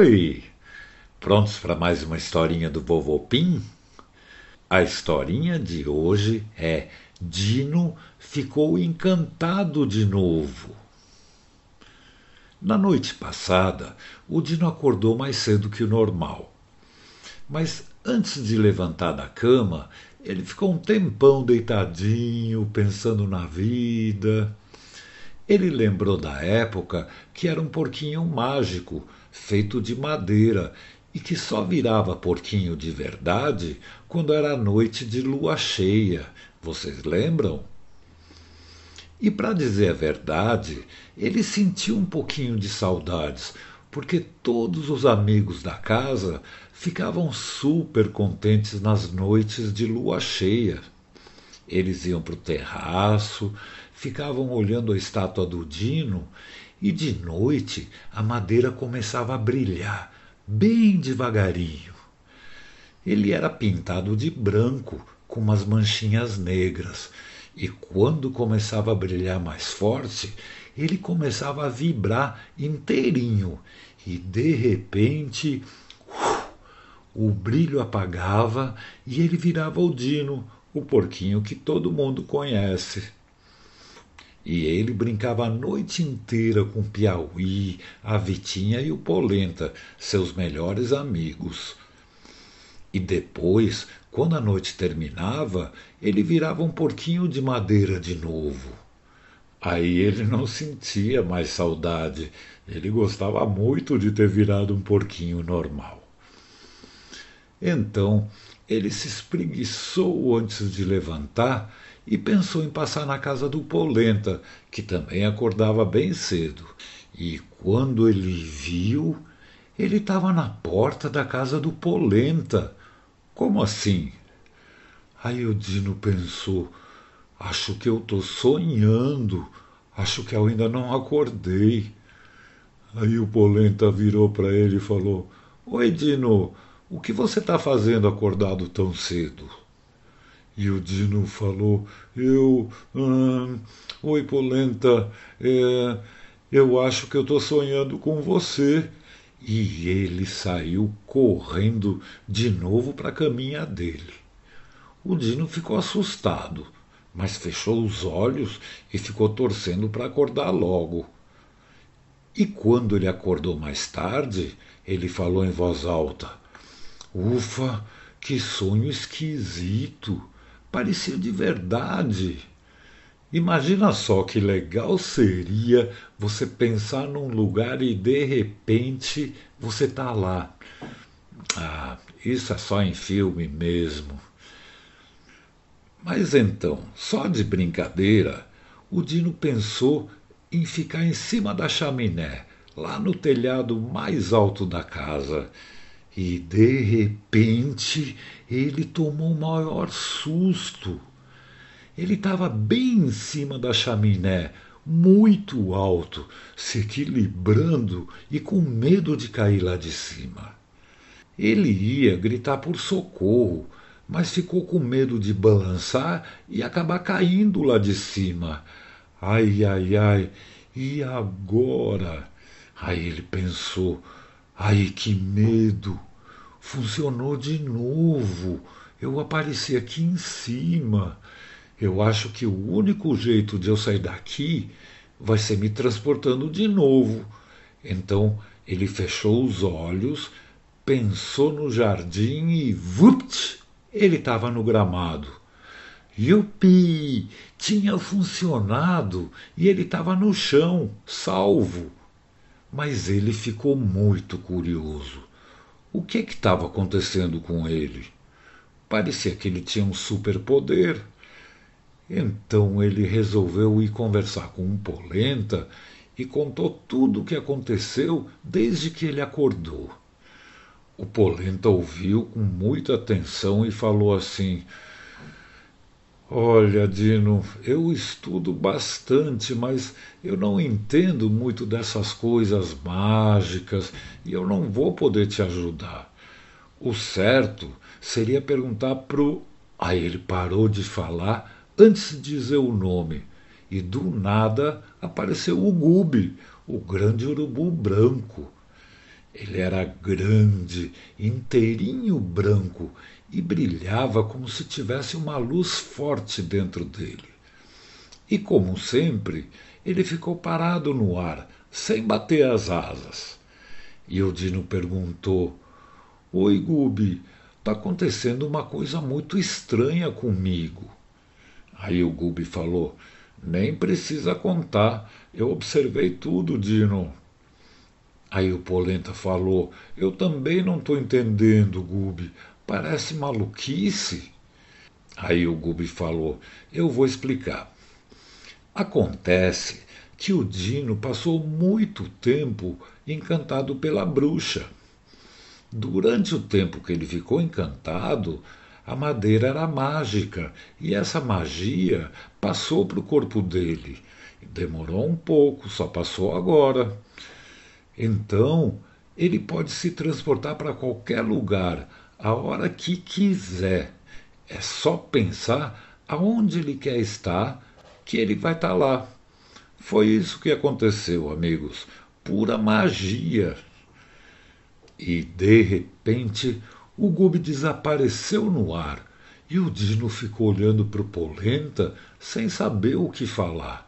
Oi! Prontos para mais uma historinha do Vovô Pim? A historinha de hoje é Dino ficou encantado de novo. Na noite passada, o Dino acordou mais cedo que o normal. Mas antes de levantar da cama, ele ficou um tempão deitadinho, pensando na vida. Ele lembrou da época que era um porquinho mágico, feito de madeira, e que só virava porquinho de verdade quando era noite de lua cheia. Vocês lembram? E para dizer a verdade, ele sentiu um pouquinho de saudades, porque todos os amigos da casa ficavam super contentes nas noites de lua cheia. Eles iam para o terraço, ficavam olhando a estátua do Dino e de noite a madeira começava a brilhar, bem devagarinho. Ele era pintado de branco, com umas manchinhas negras, e quando começava a brilhar mais forte, ele começava a vibrar inteirinho, e de repente o brilho apagava e ele virava o Dino, o porquinho que todo mundo conhece. E ele brincava a noite inteira com o Piauí, a Vitinha e o Polenta, seus melhores amigos. E depois, quando a noite terminava, ele virava um porquinho de madeira de novo. Aí ele não sentia mais saudade. Ele gostava muito de ter virado um porquinho normal. Então, ele se espreguiçou antes de levantar e pensou em passar na casa do Polenta, que também acordava bem cedo. E quando ele viu, ele estava na porta da casa do Polenta. Como assim? Aí o Dino pensou: acho que eu estou sonhando, acho que eu ainda não acordei. Aí o Polenta virou para ele e falou: Oi, Dino, o que você está fazendo acordado tão cedo? E o Dino falou: Oi, Polenta, eu acho que eu estou sonhando com você. E ele saiu correndo de novo para a caminha dele. O Dino ficou assustado, mas fechou os olhos e ficou torcendo para acordar logo. E quando ele acordou mais tarde, ele falou em voz alta: Ufa, que sonho esquisito! Parecia de verdade. Imagina só que legal seria você pensar num lugar e de repente você tá lá. Ah, isso é só em filme mesmo. Mas então, só de brincadeira, o Dino pensou em ficar em cima da chaminé, lá no telhado mais alto da casa. E de repente ele tomou o maior susto. Ele estava bem em cima da chaminé, muito alto, se equilibrando e com medo de cair lá de cima. Ele ia gritar por socorro, mas ficou com medo de balançar e acabar caindo lá de cima. Ai, ai, ai, e agora? Aí ele pensou: ai, que medo! Funcionou de novo. Eu apareci aqui em cima. Eu acho que o único jeito de eu sair daqui vai ser me transportando de novo. Então ele fechou os olhos, pensou no jardim e vupt! Ele estava no gramado. Yupi! Tinha funcionado e ele estava no chão, salvo. Mas ele ficou muito curioso. O que estava acontecendo com ele? Parecia que ele tinha um superpoder. Então ele resolveu ir conversar com um polenta e contou tudo o que aconteceu desde que ele acordou. O polenta ouviu com muita atenção e falou assim: Olha, Dino, eu estudo bastante, mas eu não entendo muito dessas coisas mágicas e eu não vou poder te ajudar. O certo seria perguntar pro. Aí ele parou de falar antes de dizer o nome, e do nada apareceu o Gubi, o grande urubu branco. Ele era grande, inteirinho branco e brilhava como se tivesse uma luz forte dentro dele. E, como sempre, ele ficou parado no ar, sem bater as asas. E o Dino perguntou: Oi, Gubi, tá acontecendo uma coisa muito estranha comigo. Aí o Gubi falou: Nem precisa contar, eu observei tudo, Dino. Aí o Polenta falou: Eu também não estou entendendo, Gubi, parece maluquice. Aí o Gubi falou: Eu vou explicar. Acontece que o Dino passou muito tempo encantado pela bruxa. Durante o tempo que ele ficou encantado, a madeira era mágica e essa magia passou para o corpo dele. Demorou um pouco, só passou agora. Então, ele pode se transportar para qualquer lugar, a hora que quiser. É só pensar aonde ele quer estar, que ele vai estar lá. Foi isso que aconteceu, amigos. Pura magia. E, de repente, o Gube desapareceu no ar e o Dino ficou olhando para o Polenta sem saber o que falar.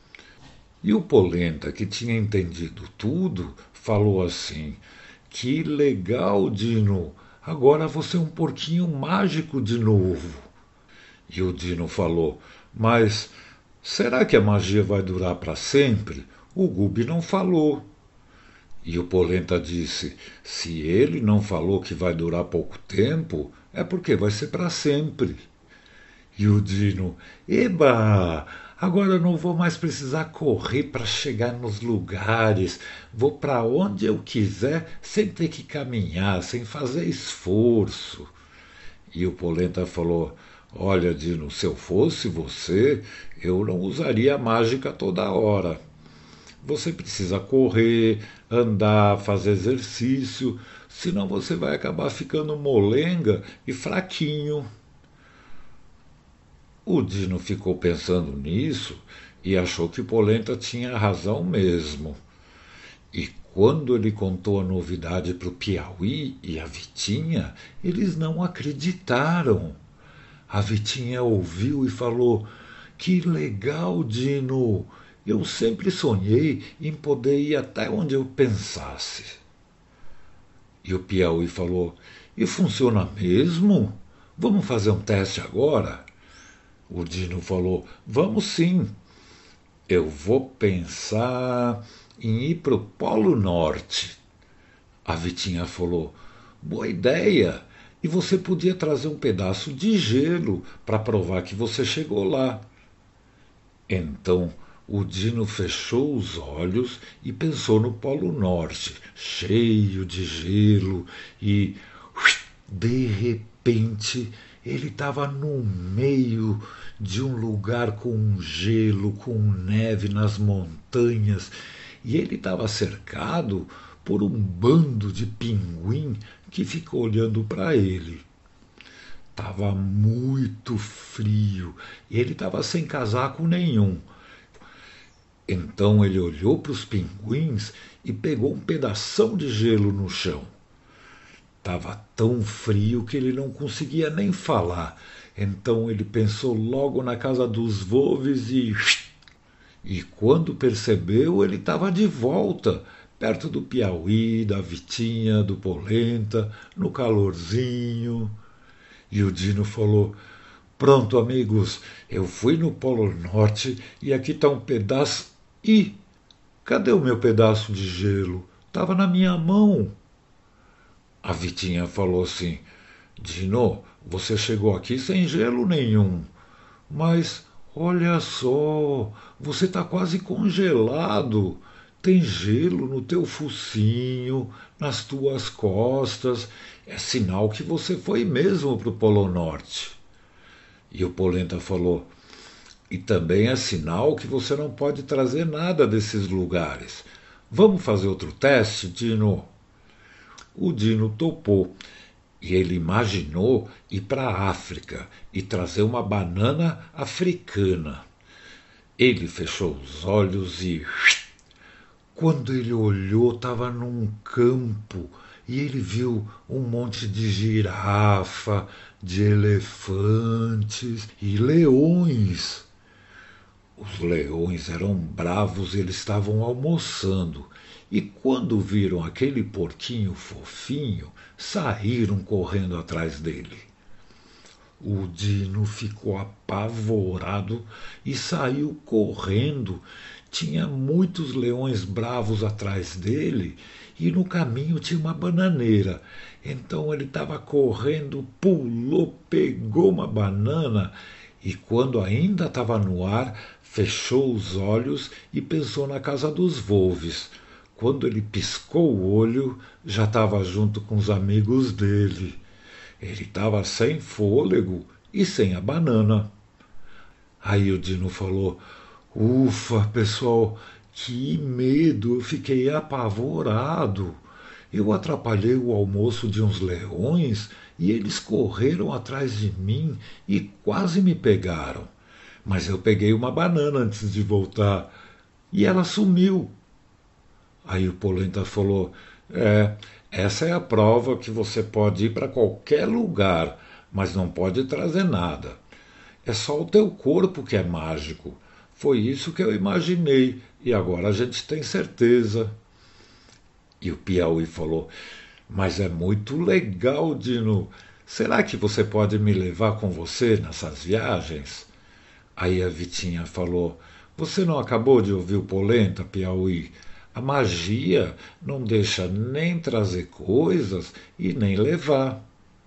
E o Polenta, que tinha entendido tudo, falou assim: Que legal, Dino! Agora você é um porquinho mágico de novo. E o Dino falou: Mas será que a magia vai durar para sempre? O Gubi não falou. E o Polenta disse: Se ele não falou que vai durar pouco tempo, é porque vai ser para sempre. E o Dino: Eba! Agora eu não vou mais precisar correr para chegar nos lugares. Vou para onde eu quiser sem ter que caminhar, sem fazer esforço. E o Polenta falou: Olha, Dino, se eu fosse você, eu não usaria a mágica toda hora. Você precisa correr, andar, fazer exercício, senão você vai acabar ficando molenga e fraquinho. O Dino ficou pensando nisso e achou que Polenta tinha razão mesmo. E quando ele contou a novidade para o Piauí e a Vitinha, eles não acreditaram. A Vitinha ouviu e falou: Que legal, Dino! Eu sempre sonhei em poder ir até onde eu pensasse. E o Piauí falou: E funciona mesmo? Vamos fazer um teste agora? O Dino falou: Vamos sim. Eu vou pensar em ir para o Polo Norte. A Vitinha falou: Boa ideia! E você podia trazer um pedaço de gelo para provar que você chegou lá. Então o Dino fechou os olhos e pensou no Polo Norte, cheio de gelo, e, de repente, ele estava no meio de um lugar com gelo, com neve nas montanhas, e ele estava cercado por um bando de pinguim que ficou olhando para ele. Estava muito frio e ele estava sem casaco nenhum. Então ele olhou para os pinguins e pegou um pedação de gelo no chão. Estava tão frio que ele não conseguia nem falar. Então ele pensou logo na casa dos Volves e quando percebeu, ele estava de volta, perto do Piauí, da Vitinha, do Polenta, no calorzinho. E o Dino falou: Pronto, amigos, eu fui no Polo Norte e aqui está um pedaço. Ih, cadê o meu pedaço de gelo? Estava na minha mão. A Vitinha falou assim: Dino, você chegou aqui sem gelo nenhum. Mas olha só, você está quase congelado. Tem gelo no teu focinho, nas tuas costas. É sinal que você foi mesmo para o Polo Norte. E o Polenta falou: E também é sinal que você não pode trazer nada desses lugares. Vamos fazer outro teste, Dino? O Dino topou e ele imaginou ir para a África e trazer uma banana africana. Ele fechou os olhos e Quando ele olhou, estava num campo e ele viu um monte de girafa, de elefantes e leões. Os leões eram bravos, eles estavam almoçando. E quando viram aquele porquinho fofinho, saíram correndo atrás dele. O Dino ficou apavorado e saiu correndo. Tinha muitos leões bravos atrás dele e no caminho tinha uma bananeira. Então ele estava correndo, pulou, pegou uma banana e, quando ainda estava no ar, fechou os olhos e pensou na casa dos Volves. Quando ele piscou o olho, já estava junto com os amigos dele. Ele estava sem fôlego e sem a banana. Aí o Dino falou: Ufa, pessoal, que medo, eu fiquei apavorado. Eu atrapalhei o almoço de uns leões e eles correram atrás de mim e quase me pegaram. Mas eu peguei uma banana antes de voltar e ela sumiu. Aí o Polenta falou: essa é a prova que você pode ir para qualquer lugar, mas não pode trazer nada. É só o teu corpo que é mágico. Foi isso que eu imaginei e agora a gente tem certeza. E o Piauí falou: Mas é muito legal, Dino. Será que você pode me levar com você nessas viagens? Aí a Vitinha falou: Você não acabou de ouvir o Polenta, Piauí? A magia não deixa nem trazer coisas e nem levar.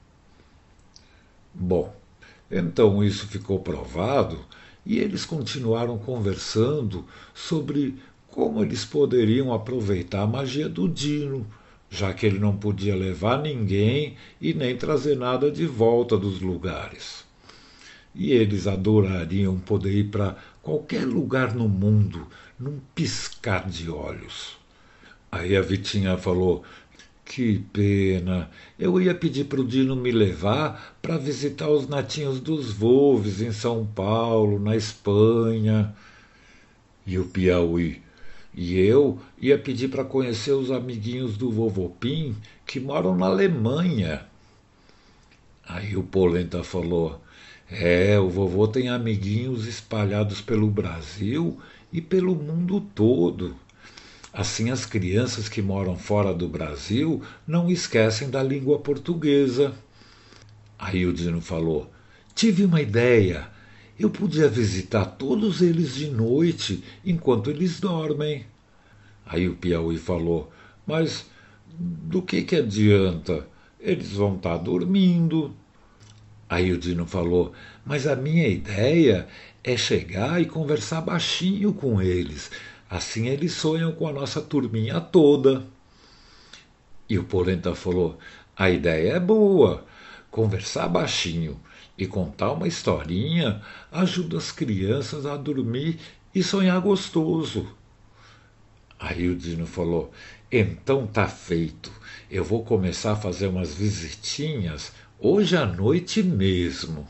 Bom, então isso ficou provado e eles continuaram conversando sobre como eles poderiam aproveitar a magia do Dino, já que ele não podia levar ninguém e nem trazer nada de volta dos lugares. E eles adorariam poder ir para qualquer lugar no mundo num piscar de olhos. Aí a Vitinha falou: Que pena, eu ia pedir para o Dino me levar para visitar os netinhos dos Volves em São Paulo, na Espanha. E o Piauí: E eu ia pedir para conhecer os amiguinhos do vovô Pim que moram na Alemanha. Aí o Polenta falou: o vovô tem amiguinhos espalhados pelo Brasil e pelo mundo todo. Assim, as crianças que moram fora do Brasil não esquecem da língua portuguesa. Aí o Dino falou: Tive uma ideia. Eu podia visitar todos eles de noite enquanto eles dormem. Aí o Piauí falou: Mas do que adianta? Eles vão estar dormindo. Aí o Dino falou: Mas a minha ideia é chegar e conversar baixinho com eles. Assim eles sonham com a nossa turminha toda. E o Polenta falou: A ideia é boa. Conversar baixinho e contar uma historinha ajuda as crianças a dormir e sonhar gostoso. Aí o Dino falou: Então tá feito. Eu vou começar a fazer umas visitinhas hoje à noite mesmo.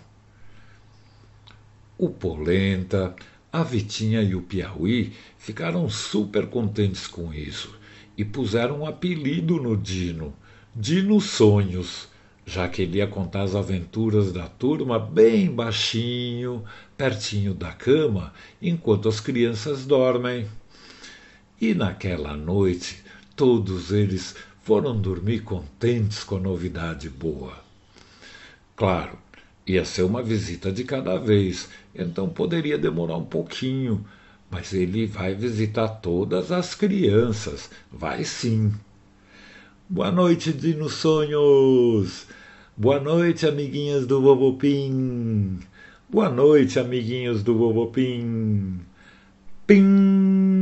O Polenta, a Vitinha e o Piauí ficaram super contentes com isso e puseram um apelido no Dino: Dino Sonhos, já que ele ia contar as aventuras da turma bem baixinho, pertinho da cama, enquanto as crianças dormem. E naquela noite, todos eles foram dormir contentes com a novidade boa. Claro, ia ser uma visita de cada vez, então poderia demorar um pouquinho, mas ele vai visitar todas as crianças, vai sim. Boa noite, Dino Sonhos! Boa noite, amiguinhas do Vovô Pim! Boa noite, amiguinhos do Vovô Pim! Pim!